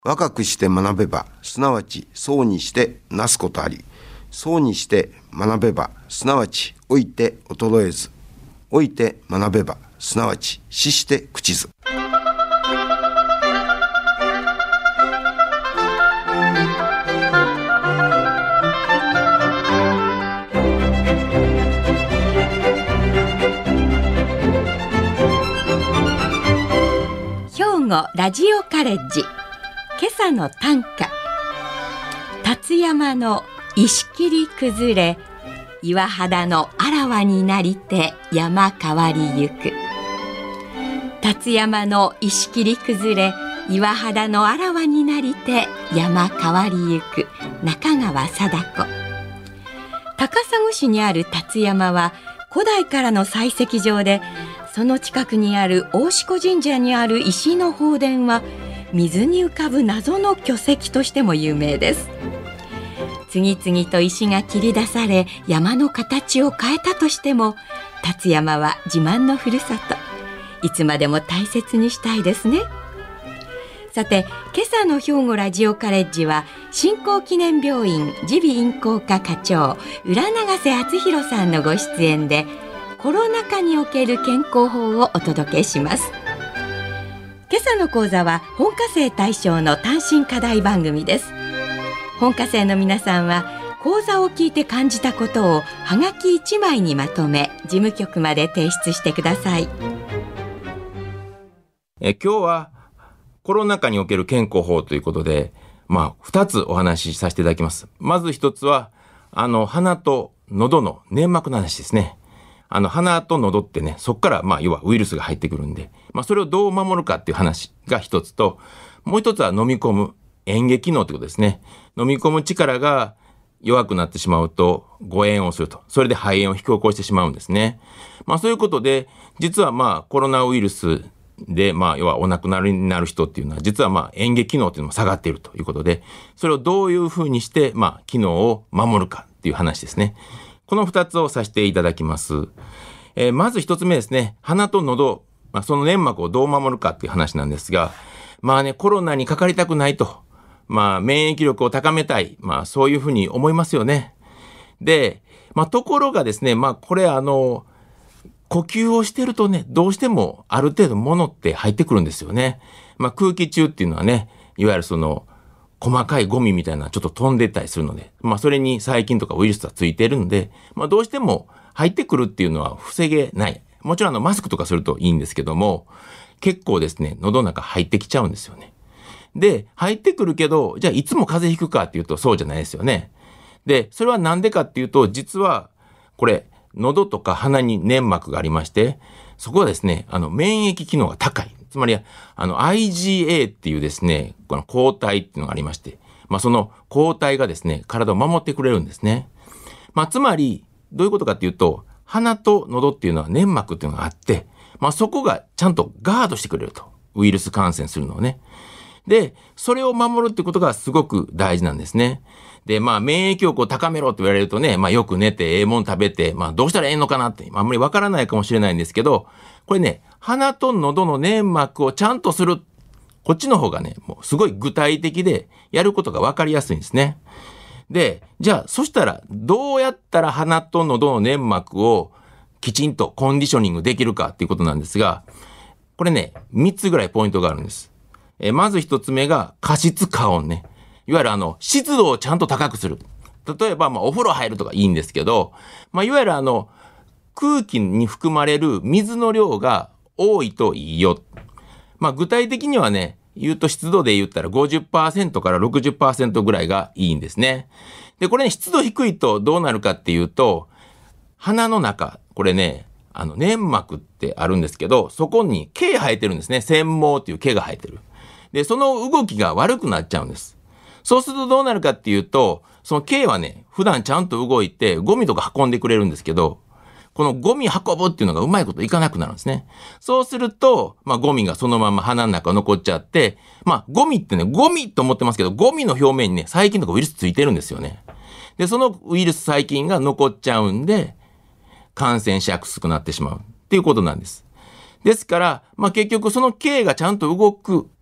若くして学べば、すなわちそうにしてなすことあり、そうにして学べば、すなわち老いて衰えず、老いて学べば、すなわち死して朽ちず。 兵庫ラジオカレッジ、今朝の短歌。辰山の石切り崩れ、岩肌のあらわになりて山変わりゆく。辰山の石切り崩れ、岩肌のあらわになりて山変わりゆく。中川貞子。高砂市にある辰山は古代からの採石場で、その近くにある大志子神社にある石の宝殿は水に浮かぶ謎の巨石としても有名です。次々と石が切り出され、山の形を変えたとしても、辰山は自慢のふるさと。いつまでも大切にしたいですね。さて、今朝の兵庫ラジオカレッジは、新興記念病院耳鼻咽喉科課長浦永瀬敦弘さんのご出演で、コロナ禍における健康法をお届けします。今朝の講座は本科生対象の単身課題番組です。本科生の皆さんは講座を聞いて感じたことをはがき1枚にまとめ、事務局まで提出してください。 今日はコロナ禍における健康法ということで、2つお話しさせていただきます。まず1つは鼻と喉の粘膜の話ですね。鼻と喉ってね、そこから要はウイルスが入ってくるんで、それをどう守るかっていう話が一つと、もう一つは飲み込む嚥下機能ということですね。飲み込む力が弱くなってしまうと誤嚥をすると、それで肺炎を引き起こしてしまうんですね。そういうことで、実はコロナウイルスで要はお亡くなりになる人っていうのは、実は嚥下機能っていうのも下がっているということで、それをどういうふうにして機能を守るかっていう話ですね。この2つをさせていただきます。まず1つ目ですね。鼻と喉、その粘膜をどう守るかっていう話なんですが、コロナにかかりたくないと、免疫力を高めたい、そういうふうに思いますよね。で、ところがですね、これ呼吸をしてるとね、どうしてもある程度物って入ってくるんですよね。空気中っていうのはね、いわゆる細かいゴミみたいなちょっと飛んでったりするので、それに細菌とかウイルスがついているので、どうしても入ってくるっていうのは防げない。もちろんマスクとかするといいんですけども、結構ですね、喉の中入ってきちゃうんですよね。で、入ってくるけど、じゃあいつも風邪ひくかっていうとそうじゃないですよね。で、それはなんでかっていうと、実はこれ、喉とか鼻に粘膜がありまして、そこはですね、免疫機能が高い。つまり、IgA っていうですね、この抗体っていうのがありまして、その抗体がですね、体を守ってくれるんですね。つまり、どういうことかっていうと、鼻と喉っていうのは粘膜っていうのがあって、そこがちゃんとガードしてくれると。ウイルス感染するのをね。で、それを守るってことがすごく大事なんですね。で、免疫力を高めろって言われるとね、よく寝て、もん食べて、どうしたらええのかなって、あんまりわからないかもしれないんですけど、これね、鼻と喉の粘膜をちゃんとする。こっちの方がね、もうすごい具体的で、やることがわかりやすいんですね。で、じゃあ、そしたら、どうやったら鼻と喉の粘膜をきちんとコンディショニングできるかっていうことなんですが、これね、3つぐらいポイントがあるんです。まず1つ目が加湿加温ね。いわゆる湿度をちゃんと高くする。例えば、お風呂入るとかいいんですけど、いわゆる空気に含まれる水の量が多いといいよ。具体的にはね、言うと湿度で言ったら 50% から 60% ぐらいがいいんですね。で、これね、湿度低いとどうなるかっていうと、鼻の中、これね、粘膜ってあるんですけど、そこに毛生えてるんですね。繊毛っていう毛が生えてる。で、その動きが悪くなっちゃうんです。そうするとどうなるかっていうと、その毛はね、普段ちゃんと動いてゴミとか運んでくれるんですけど、このゴミ運ぶっていうのがうまいこといかなくなるんですね。そうすると、ゴミがそのまま鼻の中残っちゃって、ゴミってね、ゴミと思ってますけど、ゴミの表面にね、細菌とかウイルスついてるんですよね。で、そのウイルス細菌が残っちゃうんで、感染しやすくなってしまうっていうことなんです。ですから、結局その毛がちゃんと動く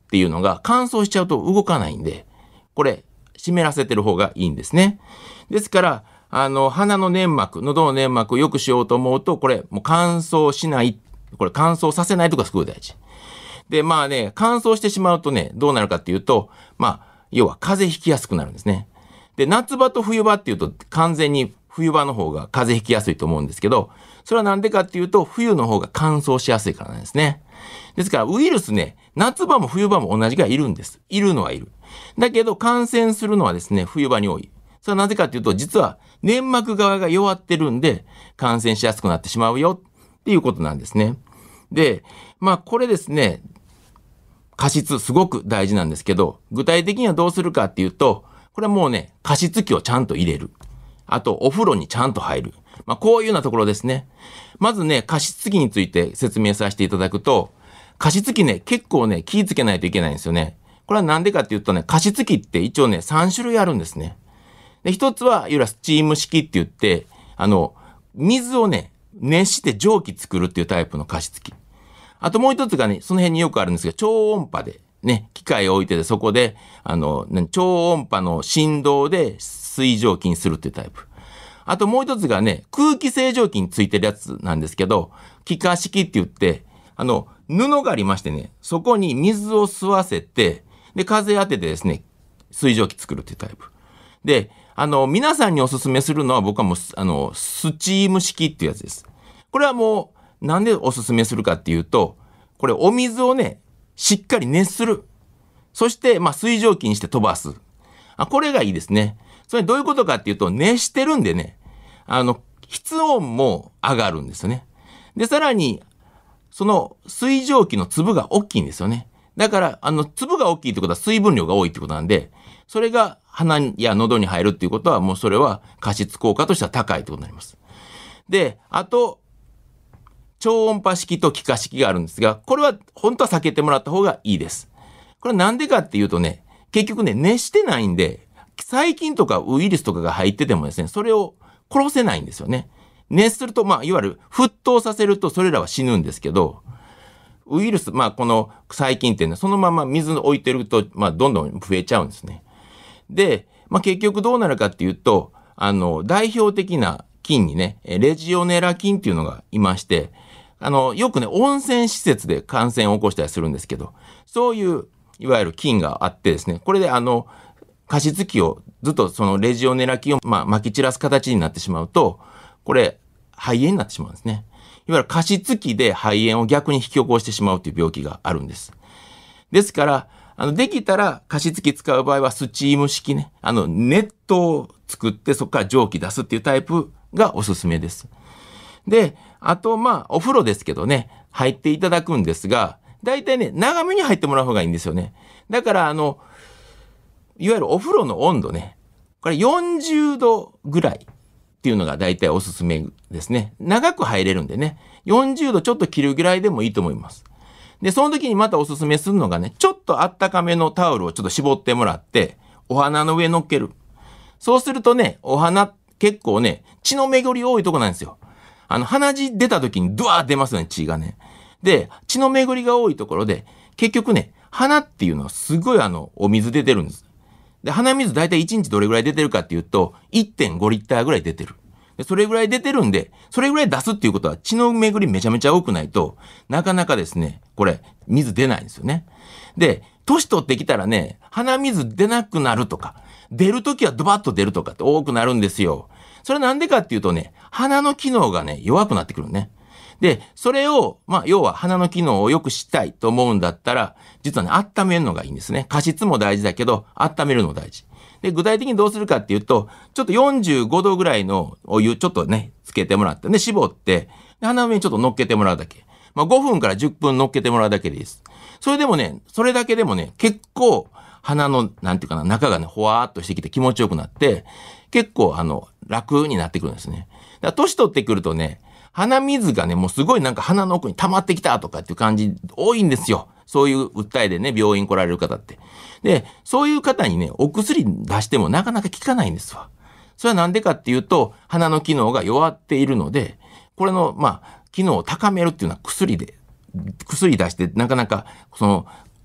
っていうのが乾燥しちゃうと動かないんで、これ湿らせてる方がいいんですね。ですから鼻の粘膜、喉の粘膜を良くしようと思うと、これもう乾燥しない、これ乾燥させないとかすごい大事で、まあね、乾燥してしまうとね、どうなるかっていうと、まあ要は風邪ひきやすくなるんですね。で、夏場と冬場っていうと完全に冬場の方が風邪ひきやすいと思うんですけど、それはなんでかっていうと、冬の方が乾燥しやすいからなんですね。ですからウイルスね、夏場も冬場も同じがいるんです。いるのはいる。だけど感染するのはですね、冬場に多い。それはなぜかっていうと、実は粘膜側が弱ってるんで感染しやすくなってしまうよっていうことなんですね。で、まあこれですね、加湿すごく大事なんですけど、具体的にはどうするかっていうと、これはもうね、加湿器をちゃんと入れる。あと、お風呂にちゃんと入る。まあ、こういうようなところですね。まずね、加湿器について説明させていただくと、加湿器ね、結構ね、気をつけないといけないんですよね。これはなんでかっていうとね、加湿器って一応ね、3種類あるんですね。で、一つは、いわゆるスチーム式って言って、水をね、熱して蒸気作るっていうタイプの加湿器。あともう一つがね、その辺によくあるんですけど、超音波でね、機械を置いてて、そこで、超音波の振動で水蒸気にするっていうタイプ。あともう一つがね、空気清浄機についてるやつなんですけど、気化式って言って、布がありましてね、そこに水を吸わせて、で、風当ててですね、水蒸気作るっていうタイプ。で、皆さんにおすすめするのは僕はもう、スチーム式っていうやつです。これはもう、なんでおすすめするかっていうと、これお水をね、しっかり熱する。そして、まあ、水蒸気にして飛ばす。これがいいですね。それどういうことかっていうと、熱してるんでね、室温も上がるんですよね。で、さらに、その水蒸気の粒が大きいんですよね。だから、粒が大きいってことは水分量が多いってことなんで、それが鼻や喉に入るっていうことは、もうそれは加湿効果としては高いってことになります。で、あと、超音波式と気化式があるんですが、これは本当は避けてもらった方がいいです。これなんでかっていうとね、結局ね、熱してないんで、細菌とかウイルスとかが入っててもですね、それを殺せないんですよね。熱すると、まあ、いわゆる沸騰させるとそれらは死ぬんですけど、ウイルス、まあ、この細菌っていうのはそのまま水を置いてると、まあ、どんどん増えちゃうんですね。で、まあ、結局どうなるかっていうと、代表的な菌にね、レジオネラ菌っていうのがいまして、よくね、温泉施設で感染を起こしたりするんですけど、そういう、いわゆる菌があってですね、これで加湿器をずっとそのレジオネラ菌を、まあ、撒き散らす形になってしまうと、これ、肺炎になってしまうんですね。いわゆる加湿器で肺炎を逆に引き起こしてしまうという病気があるんです。ですから、できたら加湿器使う場合はスチーム式ね、熱湯を作ってそこから蒸気出すっていうタイプがおすすめです。で、あと、まあ、お風呂ですけどね、入っていただくんですが、だいたいね、長めに入ってもらう方がいいんですよね。だから、いわゆるお風呂の温度ね、これ40度ぐらいっていうのがだいたいおすすめですね。長く入れるんでね、40度ちょっと切るぐらいでもいいと思います。で、その時にまたおすすめするのがね、ちょっとあったかめのタオルをちょっと絞ってもらって、お花の上に乗っける。そうするとね、お花結構ね、血の巡り多いとこなんですよ。鼻血出た時にドワー出ますよね、血がね。で、血の巡りが多いところで、結局ね、鼻っていうのはすごいお水出てるんです。で、鼻水だいたい1日どれぐらい出てるかっていうと、1.5 リッターぐらい出てる。で、それぐらい出てるんで、それぐらい出すっていうことは血の巡りめちゃめちゃ多くないと、なかなかですね、これ、水出ないんですよね。で、年取ってきたらね、鼻水出なくなるとか、出るときはドバッと出るとかって多くなるんですよ。それなんでかっていうとね、鼻の機能がね、弱くなってくるね。で、それを、まあ、要は鼻の機能を良くしたいと思うんだったら、実はね、温めるのがいいんですね。加湿も大事だけど、温めるのも大事。で、具体的にどうするかっていうと、ちょっと45度ぐらいのお湯ちょっとね、つけてもらって、で、絞って、で鼻の上にちょっと乗っけてもらうだけ。まあ、5分から10分乗っけてもらうだけでいいです。それでもね、それだけでもね、結構、鼻の、なんていうかな、中がね、ほわーっとしてきて気持ちよくなって、結構、楽になってくるんですね。だから年取ってくるとね、鼻水がね、もうすごいなんか鼻の奥に溜まってきたとかっていう感じ多いんですよ。そういう訴えでね、病院来られる方って。で、そういう方にね、お薬出してもなかなか効かないんですわ。それはなんでかっていうと、鼻の機能が弱っているので、これの、まあ、機能を高めるっていうのは薬出して、なかなか、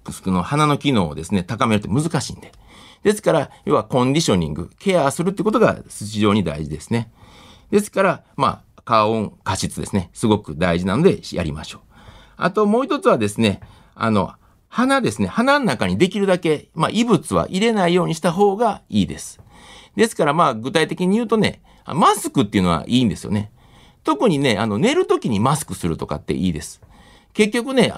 鼻の機能をですね、高めるって難しいんで。ですから、要はコンディショニング、ケアするってことが非常に大事ですね。ですから、加温、加湿ですね。すごく大事なのでやりましょう。あともう一つはですね、鼻ですね。鼻の中にできるだけ、異物は入れないようにした方がいいです。ですから、具体的に言うとね、マスクっていうのはいいんですよね。特にね、寝るときにマスクするとかっていいです。結局ね、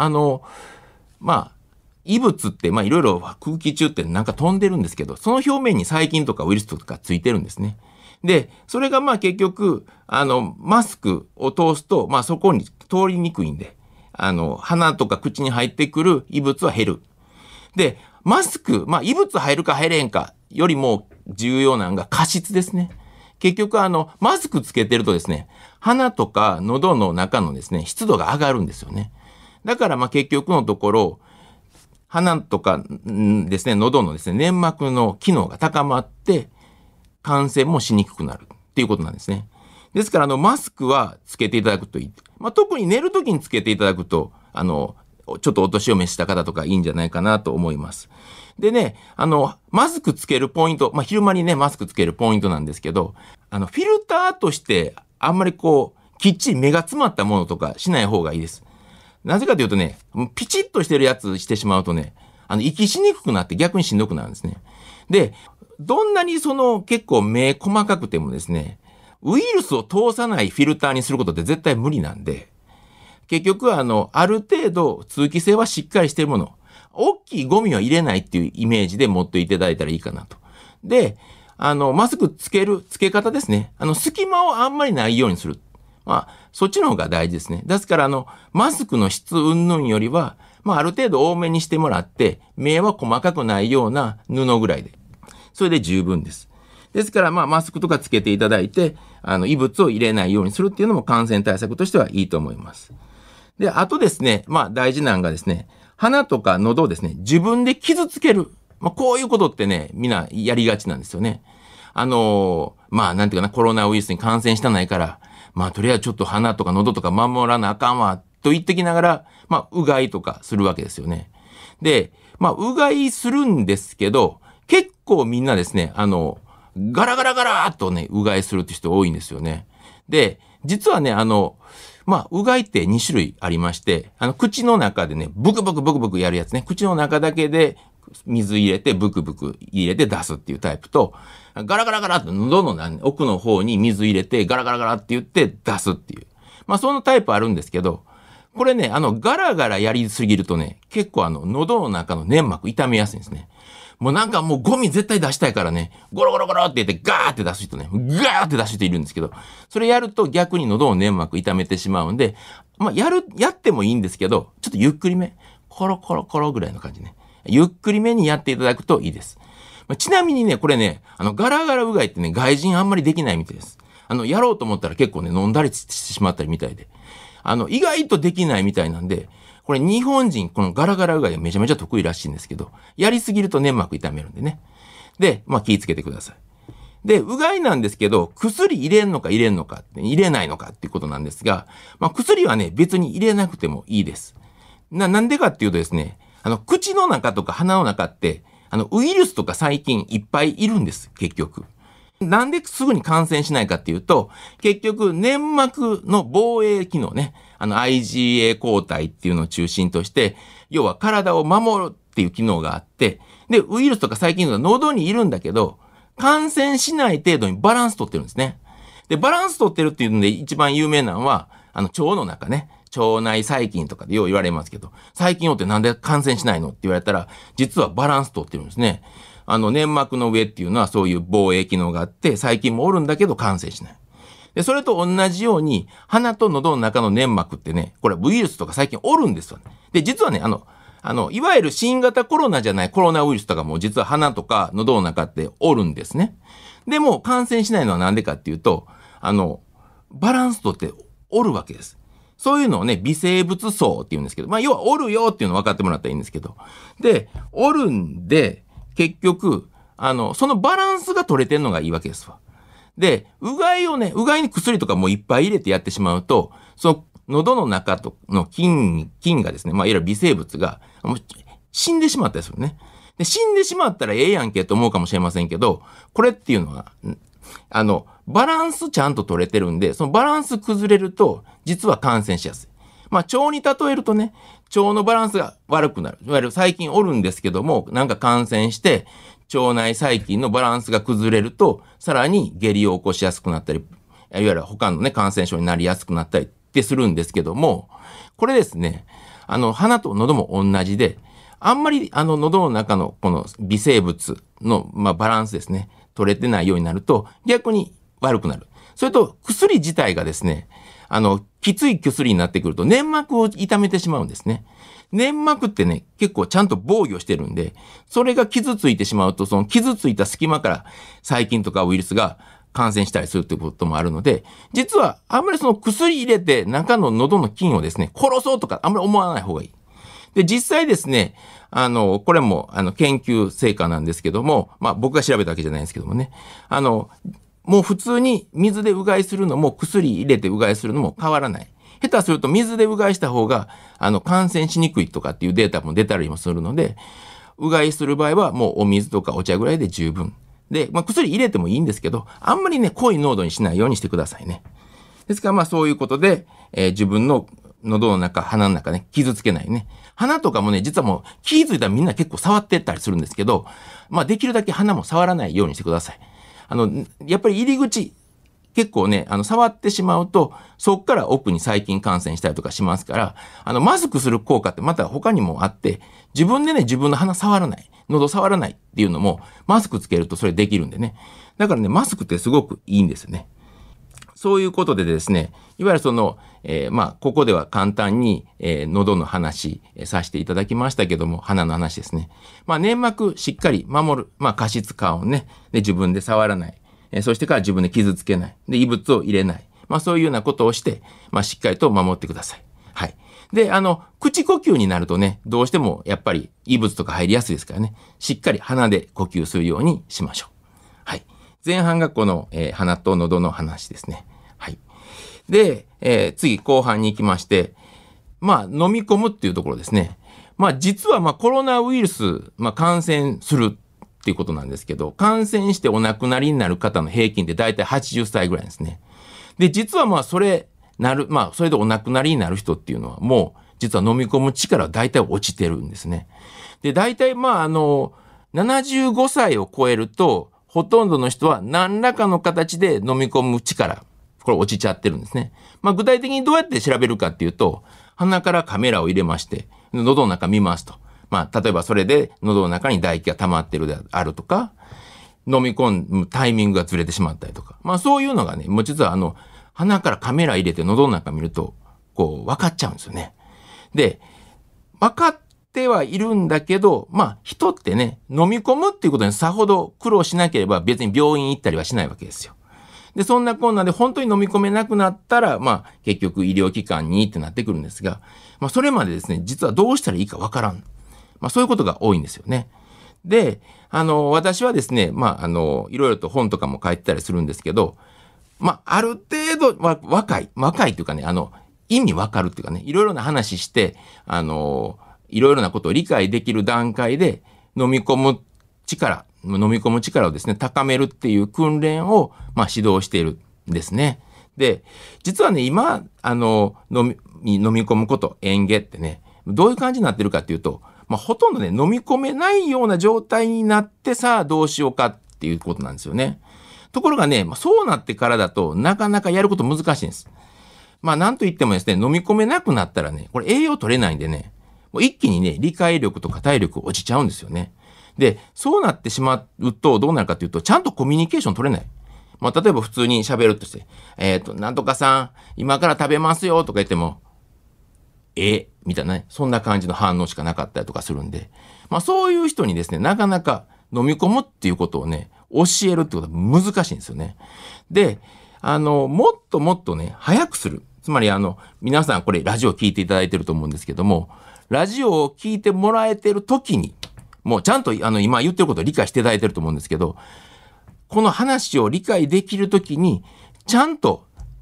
異物っていろいろ空気中ってなんか飛んでるんですけど、その表面に細菌とかウイルスとかついてるんですね。で、それが結局マスクを通すとそこに通りにくいんで、鼻とか口に入ってくる異物は減る。で、マスク異物入るか入れんかよりも重要なのが加湿ですね。結局マスクつけてるとですね、鼻とか喉の中のですね、湿度が上がるんですよね。だから結局のところ、鼻とかですね、喉のですね、粘膜の機能が高まって、感染もしにくくなるっていうことなんですね。ですからマスクはつけていただくといい。特に寝るときにつけていただくと、ちょっとお年を召した方とかいいんじゃないかなと思います。でね、マスクつけるポイント、昼間にね、マスクつけるポイントなんですけど、フィルターとして、あんまりきっちり目が詰まったものとかしない方がいいです。なぜかというとね、ピチッとしてるやつしてしまうとね、息しにくくなって逆にしんどくなるんですね。で、どんなに結構目細かくてもですね、ウイルスを通さないフィルターにすることって絶対無理なんで、結局ある程度通気性はしっかりしてるもの、大きいゴミは入れないっていうイメージで持っていただいたらいいかなと。で、マスクつけ方ですね。隙間をあんまりないようにする。そっちの方が大事ですね。ですからマスクの質云々よりは、ある程度多めにしてもらって、目は細かくないような布ぐらいで。それで十分です。ですからマスクとかつけていただいて、異物を入れないようにするっていうのも感染対策としてはいいと思います。で、あとですね、大事なのがですね、鼻とか喉をですね、自分で傷つける。こういうことってね、みんなやりがちなんですよね。なんていうかな、コロナウイルスに感染したないから、とりあえずちょっと鼻とか喉とか守らなあかんわ、と言ってきながら、うがいとかするわけですよね。で、うがいするんですけど、結構みんなですね、ガラガラガラーっとね、うがいするって人多いんですよね。で、実はね、うがいって2種類ありまして、口の中でね、ブクブクブクブクやるやつね、口の中だけで水入れて、ブクブク入れて出すっていうタイプと、ガラガラガラって喉の奥の方に水入れて、ガラガラガラって言って出すっていう。そのタイプあるんですけど、これね、ガラガラやりすぎるとね、結構喉の中の粘膜傷めやすいんですね。もうゴミ絶対出したいからね、ゴロゴロゴロって言ってガーって出す人ね、ガーって出す人いるんですけど、それやると逆に喉の粘膜痛めてしまうんで、やってもいいんですけど、ちょっとゆっくりめ、コロコロコロぐらいの感じね。ゆっくりめにやっていただくといいです。ちなみにね、これね、ガラガラうがいってね、外人あんまりできないみたいです。やろうと思ったら結構ね、飲んだりしてしまったりみたいで。意外とできないみたいなんで、これ日本人、このガラガラうがいがめちゃめちゃ得意らしいんですけど、やりすぎると粘膜痛めるんでね。で、気ぃつけてください。で、うがいなんですけど、薬入れんのか入れんのか、入れないのかっていうことなんですが、薬はね、別に入れなくてもいいです。なんでかっていうとですね、口の中とか鼻の中って、ウイルスとか細菌いっぱいいるんです、結局。なんですぐに感染しないかっていうと、結局粘膜の防衛機能ね、IgA 抗体っていうのを中心として、要は体を守るっていう機能があって、で、ウイルスとか細菌が喉にいるんだけど、感染しない程度にバランス取ってるんですね。で、バランス取ってるっていうんで一番有名なのは、腸の中ね、腸内細菌とかでよう言われますけど、細菌をってなんで感染しないのって言われたら、実はバランス取ってるんですね。粘膜の上っていうのはそういう防衛機能があって、細菌もおるんだけど感染しない。で、それと同じように、鼻と喉の中の粘膜ってね、これウイルスとか細菌おるんですよね。で、実はね、いわゆる新型コロナじゃないコロナウイルスとかも実は鼻とか喉の中っておるんですね。でも感染しないのはなんでかっていうと、バランスとっておるわけです。そういうのをね、微生物層って言うんですけど、要はおるよっていうのを分かってもらったらいいんですけど。で、おるんで、結局、そのバランスが取れてんのがいいわけですわ。で、うがいに薬とかもいっぱい入れてやってしまうと、その喉の中の菌がですね、いわゆる微生物が、 死んでしまったりするね。で、死んでしまったらええやんけと思うかもしれませんけど、これっていうのは、バランスちゃんと取れてるんで、そのバランス崩れると、実は感染しやすい。腸に例えるとね、腸のバランスが悪くなる。いわゆる細菌おるんですけども、なんか感染して、腸内細菌のバランスが崩れると、さらに下痢を起こしやすくなったり、いわゆる他のね、感染症になりやすくなったりってするんですけども、これですね、鼻と喉も同じで、あんまり喉の中のこの微生物の、バランスですね、取れてないようになると逆に悪くなる。それと薬自体がですね、きつい薬になってくると粘膜を痛めてしまうんですね。粘膜ってね、結構ちゃんと防御してるんで、それが傷ついてしまうと、その傷ついた隙間から細菌とかウイルスが感染したりするということもあるので、実はあんまりその薬入れて中の喉の菌をですね、殺そうとかあんまり思わない方がいい。で、実際ですね、これも研究成果なんですけども、僕が調べたわけじゃないんですけどもね、もう普通に水でうがいするのも薬入れてうがいするのも変わらない。下手すると水でうがいした方が感染しにくいとかっていうデータも出たりもするので、うがいする場合はもうお水とかお茶ぐらいで十分。で、薬入れてもいいんですけど、あんまりね、濃い濃度にしないようにしてくださいね。ですからそういうことで、自分の喉の中、鼻の中ね、傷つけないね。鼻とかもね、実はもう気づいたらみんな結構触ってったりするんですけど、できるだけ鼻も触らないようにしてください。やっぱり入り口、結構ね、触ってしまうと、そこから奥に細菌感染したりとかしますから、マスクする効果ってまた他にもあって、自分でね、自分の鼻触らない、喉触らないっていうのも、マスクつけるとそれできるんでね。だからね、マスクってすごくいいんですよね。そういうことでですね、いわゆるここでは簡単に、喉の話、させていただきましたけども、鼻の話ですね。粘膜しっかり守る。加湿加温ね。で、自分で触らない。そしてから自分で傷つけない。で、異物を入れない。そういうようなことをして、しっかりと守ってください。はい。で、口呼吸になるとね、どうしてもやっぱり異物とか入りやすいですからね、しっかり鼻で呼吸するようにしましょう。はい。前半がこの、鼻と喉の話ですね。はい。で、次後半に行きまして、飲み込むっていうところですね。実はコロナウイルス、感染するっていうことなんですけど、感染してお亡くなりになる方の平均ってだいたい80歳ぐらいですね。で、実はそれでお亡くなりになる人っていうのはもう、実は飲み込む力はだいたい落ちてるんですね。で、だいたい75歳を超えると、ほとんどの人は何らかの形で飲み込む力、これ落ちちゃってるんですね。具体的にどうやって調べるかっていうと、鼻からカメラを入れまして、喉の中見ますと。例えばそれで喉の中に唾液が溜まってるであるとか、飲み込むタイミングがずれてしまったりとか。そういうのがね、もう実は鼻からカメラ入れて喉の中見ると、分かっちゃうんですよね。で、分かってはいるんだけど、人ってね、飲み込むっていうことにさほど苦労しなければ別に病院行ったりはしないわけですよ。で、そんなこんなで本当に飲み込めなくなったら、結局医療機関にってなってくるんですが、それまでですね、実はどうしたらいいかわからん。そういうことが多いんですよね。で、私はですね、いろいろと本とかも書いてたりするんですけど、ある程度は若いというかね、意味わかるっていうかね、いろいろな話して、いろいろなことを理解できる段階で飲み込む力をですね、高めるっていう訓練を、指導しているんですね。で、実はね、今、飲み込むこと、嚥下ってね、どういう感じになってるかっていうと、ほとんどね、飲み込めないような状態になってさあどうしようかっていうことなんですよね。ところがね、そうなってからだとなかなかやること難しいんです。なんといってもですね、飲み込めなくなったらね、これ栄養取れないんでね、もう一気にね、理解力とか体力落ちちゃうんですよね。で、そうなってしまうとどうなるかというと、ちゃんとコミュニケーション取れない。例えば普通に喋るとして、なんとかさん、今から食べますよとか言っても、みたいなね、そんな感じの反応しかなかったりとかするんで、そういう人にですね、なかなか飲み込むっていうことをね、教えるってことは難しいんですよね。で、もっともっとね、早くする。つまり皆さんこれラジオ聞いていただいてると思うんですけども、ラジオを聞いてもらえてる時に、もうちゃんと今言ってることを理解していただいてると思うんですけど、この話を理解できる時に、ちゃんと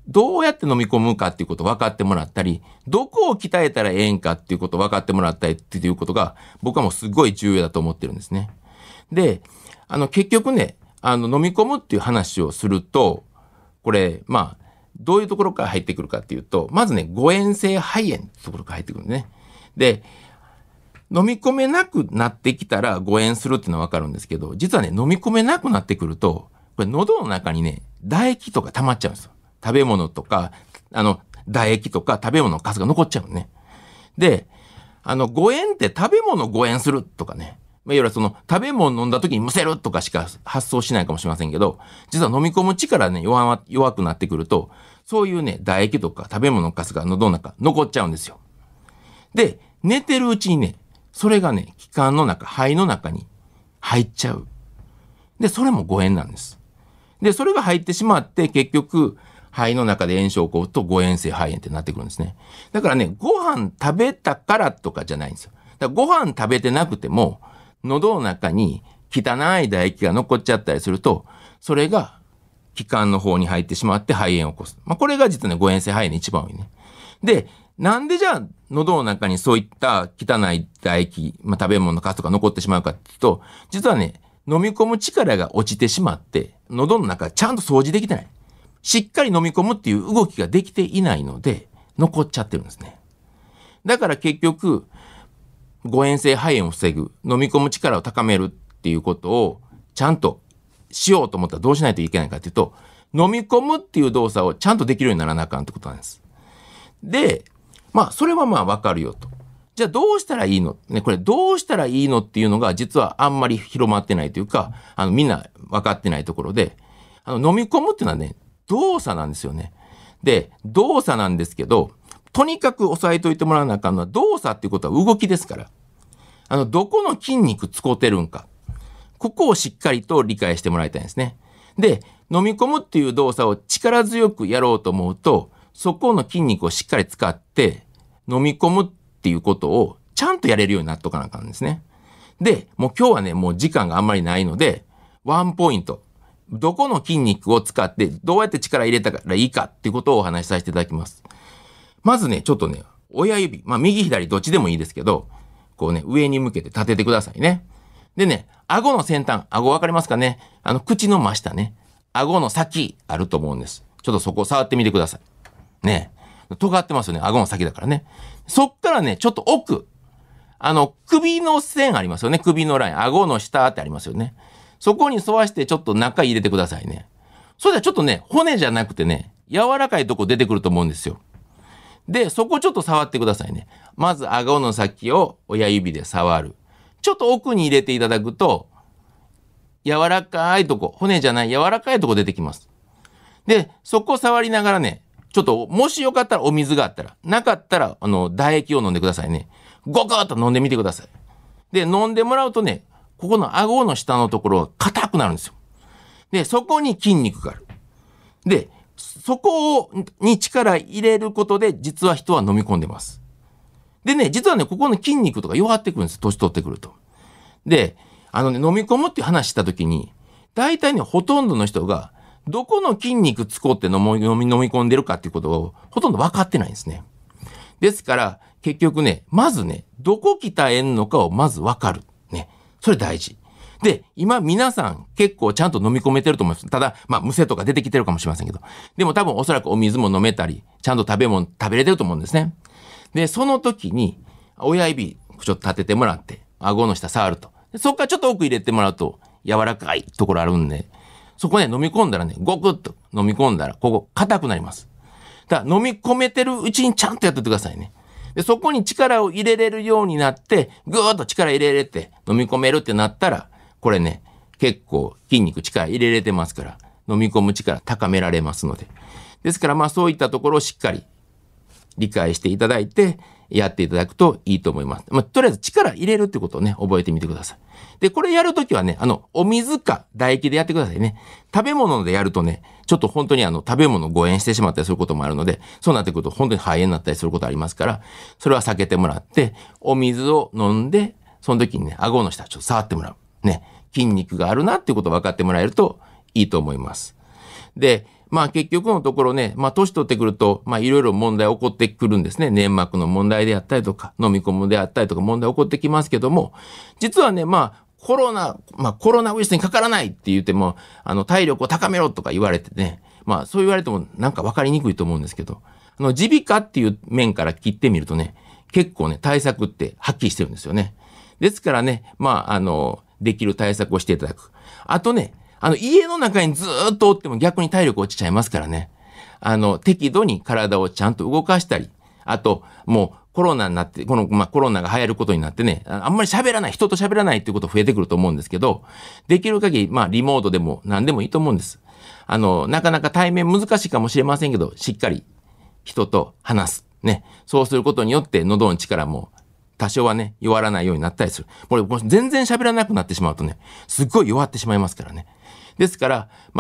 どうやって飲み込むかっていうことを分かってもらったり、どこを鍛えたらええんかっていうことを分かってもらったりっていうことが、僕はもうすごい重要だと思ってるんですね。で、結局ね、飲み込むっていう話をすると、これ、どういうところから入ってくるかっていうと、まずね、誤嚥性肺炎ってところから入ってくるんですね。で、飲み込めなくなってきたら誤嚥するっていうのは分かるんですけど、実はね、飲み込めなくなってくると、これ喉の中にね、唾液とか溜まっちゃうんですよ。食べ物とか、唾液とか食べ物のカスが残っちゃうね。で、誤嚥って食べ物誤嚥するとかね。いわゆるその食べ物飲んだ時にむせるとかしか発想しないかもしれませんけど、実は飲み込む力ね、弱くなってくると、そういうね、唾液とか食べ物のカスが喉の中残っちゃうんですよ。で、寝てるうちにね、それがね、気管の中、肺の中に入っちゃう。で、それも誤嚥なんです。で、それが入ってしまって、結局、肺の中で炎症を起こると誤嚥性肺炎ってなってくるんですね。だからね、ご飯食べたからとかじゃないんですよ。だからご飯食べてなくても、喉の中に汚い唾液が残っちゃったりすると、それが気管の方に入ってしまって肺炎を起こす。これが実はね、誤嚥性肺炎の一番多いね。で、なんでじゃあ、喉の中にそういった汚い唾液、食べ物のカスとか残ってしまうかっていうと、実はね、飲み込む力が落ちてしまって、喉の中ちゃんと掃除できてない。しっかり飲み込むっていう動きができていないので、残っちゃってるんですね。だから結局、誤嚥性肺炎を防ぐ、飲み込む力を高めるっていうことをちゃんとしようと思ったらどうしないといけないかっていうと、飲み込むっていう動作をちゃんとできるようにならなあかんってことなんです。で、それはわかるよと。じゃあどうしたらいいのね、これどうしたらいいのっていうのが実はあんまり広まってないというか、みんな分かってないところで、飲み込むっていうのはね、動作なんですよね。で、動作なんですけど、とにかく押さえといてもらわなあかんのは、動作っていうことは動きですから。どこの筋肉使ってるんか。ここをしっかりと理解してもらいたいんですね。で、飲み込むっていう動作を力強くやろうと思うと、そこの筋肉をしっかり使って、飲み込むっていうことをちゃんとやれるようになっとかなあかんですね。で、もう今日はね、もう時間があんまりないので、ワンポイント。どこの筋肉を使ってどうやって力入れたらいいかっていうことをお話しさせていただきます。まずね、ちょっとね、親指、右左どっちでもいいですけど、こうね、上に向けて立ててくださいね。でね、顎の先端、顎わかりますかね？口の真下ね、顎の先あると思うんです。ちょっとそこを触ってみてください。ね。尖ってますよね、顎の先だからね。そっからね、ちょっと奥、首の線ありますよね、首のライン、顎の下ってありますよね。そこに沿わしてちょっと中入れてくださいね。それではちょっとね、骨じゃなくてね、柔らかいとこ出てくると思うんですよ。で、そこちょっと触ってくださいね。まず顎の先を親指で触る。ちょっと奥に入れていただくと、柔らかいとこ、骨じゃない柔らかいとこ出てきます。で、そこを触りながらね、ちょっと、もしよかったらお水があったら、なかったら、唾液を飲んでくださいね。ゴクッと飲んでみてください。で、飲んでもらうとね、ここの顎の下のところが硬くなるんですよ。で、そこに筋肉がある。で、そこに力入れることで、実は人は飲み込んでます。でね、実はね、ここの筋肉とか弱ってくるんです。年取ってくると。で、飲み込むっていう話したときに、大体ね、ほとんどの人が、どこの筋肉使って飲み込んでるかっていうことを、ほとんど分かってないんですね。ですから、結局ね、まずね、どこ鍛えんのかをまず分かる。ね。それ大事。で、今皆さん結構ちゃんと飲み込めてると思います。ただ、むせとか出てきてるかもしれませんけど。でも多分おそらくお水も飲めたり、ちゃんと食べ物食べれてると思うんですね。で、その時に、親指ちょっと立ててもらって、顎の下触ると。そこからちょっと奥入れてもらうと、柔らかいところあるんで、そこね、飲み込んだらね、ゴクッと飲み込んだら、ここ硬くなります。だから飲み込めてるうちにちゃんとやっててくださいね。で、そこに力を入れれるようになって、ぐーっと力入れれて飲み込めるってなったら、これね、結構筋肉力入れれてますから、飲み込む力高められますので。ですからそういったところをしっかり理解していただいて、やっていただくといいと思います。とりあえず力入れるってことをね、覚えてみてください。で、これやるときはね、お水か唾液でやってくださいね。食べ物でやるとね、ちょっと本当に食べ物誤嚥してしまったりすることもあるので、そうなってくると本当に肺炎になったりすることありますから、それは避けてもらって、お水を飲んで、その時にね、顎の下ちょっと触ってもらう。ね、筋肉があるなっていうことを分かってもらえるといいと思います。で、 結局のところね、年取ってくると、いろいろ問題起こってくるんですね。粘膜の問題であったりとか、飲み込むであったりとか問題起こってきますけども、実はね、コロナウイルスにかからないって言っても、体力を高めろとか言われてね、そう言われてもなんか分かりにくいと思うんですけど、耳鼻科っていう面から切ってみるとね、結構ね、対策ってはっきりしてるんですよね。ですからね、できる対策をしていただく。あとね、家の中にずーっとおっても逆に体力落ちちゃいますからね。適度に体をちゃんと動かしたり、あと、もうコロナになって、コロナが流行ることになってね、あんまり人と喋らないっていうこと増えてくると思うんですけど、できる限り、リモートでも何でもいいと思うんです。なかなか対面難しいかもしれませんけど、しっかり人と話す。ね。そうすることによって喉の力も多少はね、弱らないようになったりする。これ全然喋らなくなってしまうとね、すっごい弱ってしまいますからね。ですから、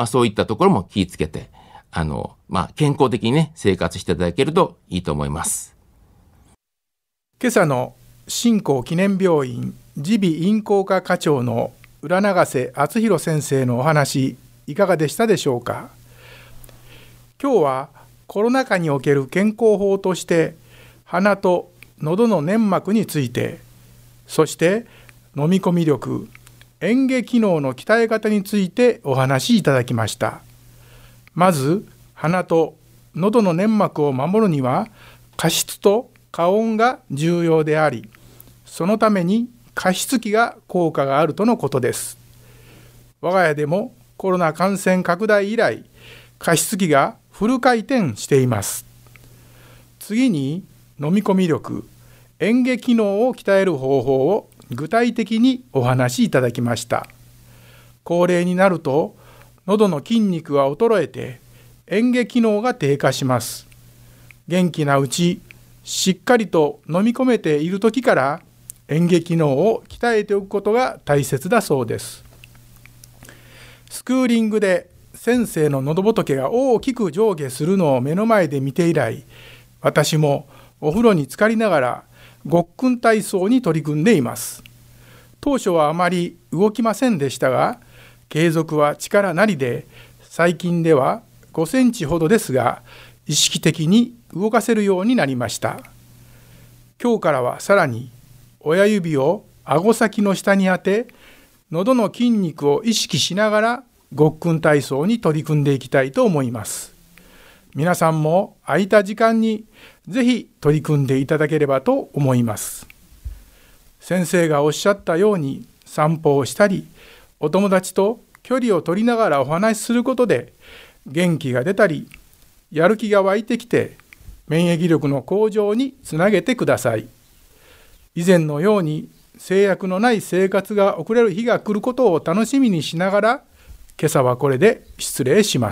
そういったところも気をつけて、健康的にね、生活していただけるといいと思います。 今朝の新光記念病院耳鼻咽喉科課長の浦永瀬敦弘先生のお話、いかがでしたでしょうか。今日はコロナ禍における健康法として鼻と喉の粘膜について、そして飲み込み力、嚥下機能の鍛え方についてお話しいただきました。まず鼻と喉の粘膜を守るには加湿と加温が重要であり、そのために加湿器が効果があるとのことです。我が家でもコロナ感染拡大以来、加湿器がフル回転しています。次に飲み込み力、嚥下機能を鍛える方法を具体的にお話しいただきました。高齢になると喉の筋肉が衰えて嚥下機能が低下します。元気なうち、しっかりと飲み込めている時から嚥下機能を鍛えておくことが大切だそうです。スクーリングで先生の喉仏が大きく上下するのを目の前で見て以来、私もお風呂に浸かりながらごっくん体操に取り組んでいます。当初はあまり動きませんでしたが、継続は力なりで、最近では5センチほどですが、意識的に動かせるようになりました。今日からはさらに親指を顎先の下に当て、喉の筋肉を意識しながらごっくん体操に取り組んでいきたいと思います。皆さんも空いた時間にぜひ取り組んでいただければと思います。先生がおっしゃったように散歩をしたり、お友達と距離を取りながらお話しすることで元気が出たり、やる気が湧いてきて免疫力の向上につなげてください。以前のように制約のない生活が送れる日が来ることを楽しみにしながら、今朝はこれで失礼します。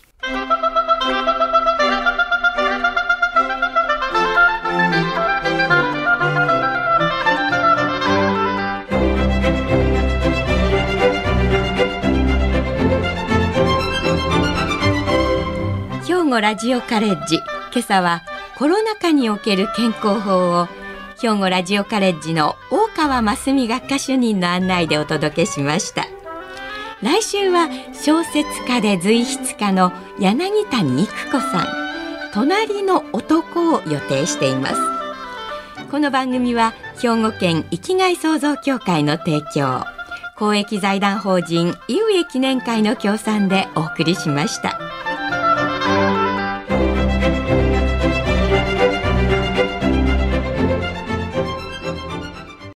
兵庫ラジオカレッジ、今朝はコロナ禍における健康法を兵庫ラジオカレッジの大川真澄学科主任の案内でお届けしました。来週は小説家で随筆家の柳谷育子さん、隣の男を予定しています。この番組は兵庫県生きがい創造協会の提供、公益財団法人井上記念会の協賛でお送りしました。